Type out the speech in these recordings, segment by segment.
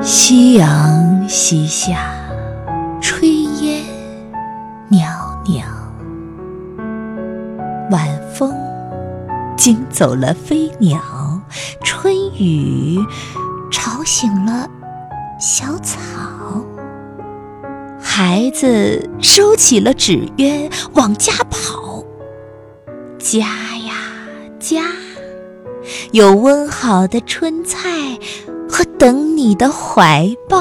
夕阳西下，炊烟袅袅。晚风惊走了飞鸟，春雨吵醒了小草。孩子收起了纸鸢，往家跑。家呀家，有温好的春菜和等你的怀抱。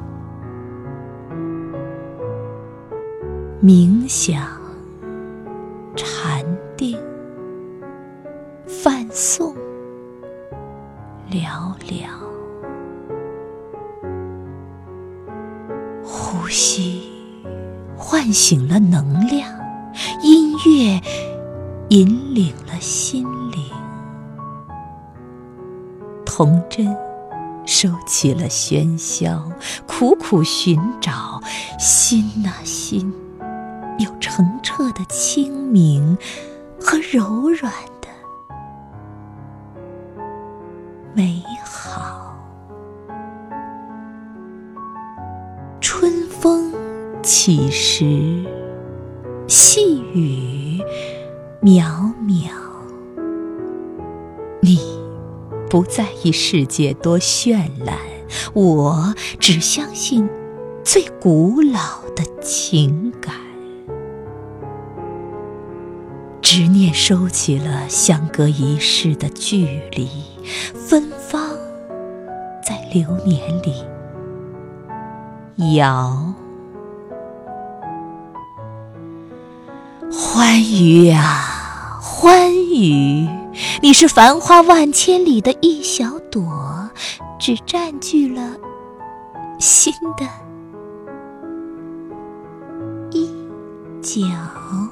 冥想，禅定，饭餸寥寥。呼吸唤醒了能量，音乐引领了心灵。童真收起了喧嚣，苦苦寻找，心啊心，有澄澈的清明和柔软的美好。春风起时，细雨渺渺。你不在意世界多绚烂，我只相信最古老的情感。执念收起了相隔一世的距离，芬芳在流年里摇。欢愉啊欢愉，你是繁花万千里的一小朵，只占据了心的一角。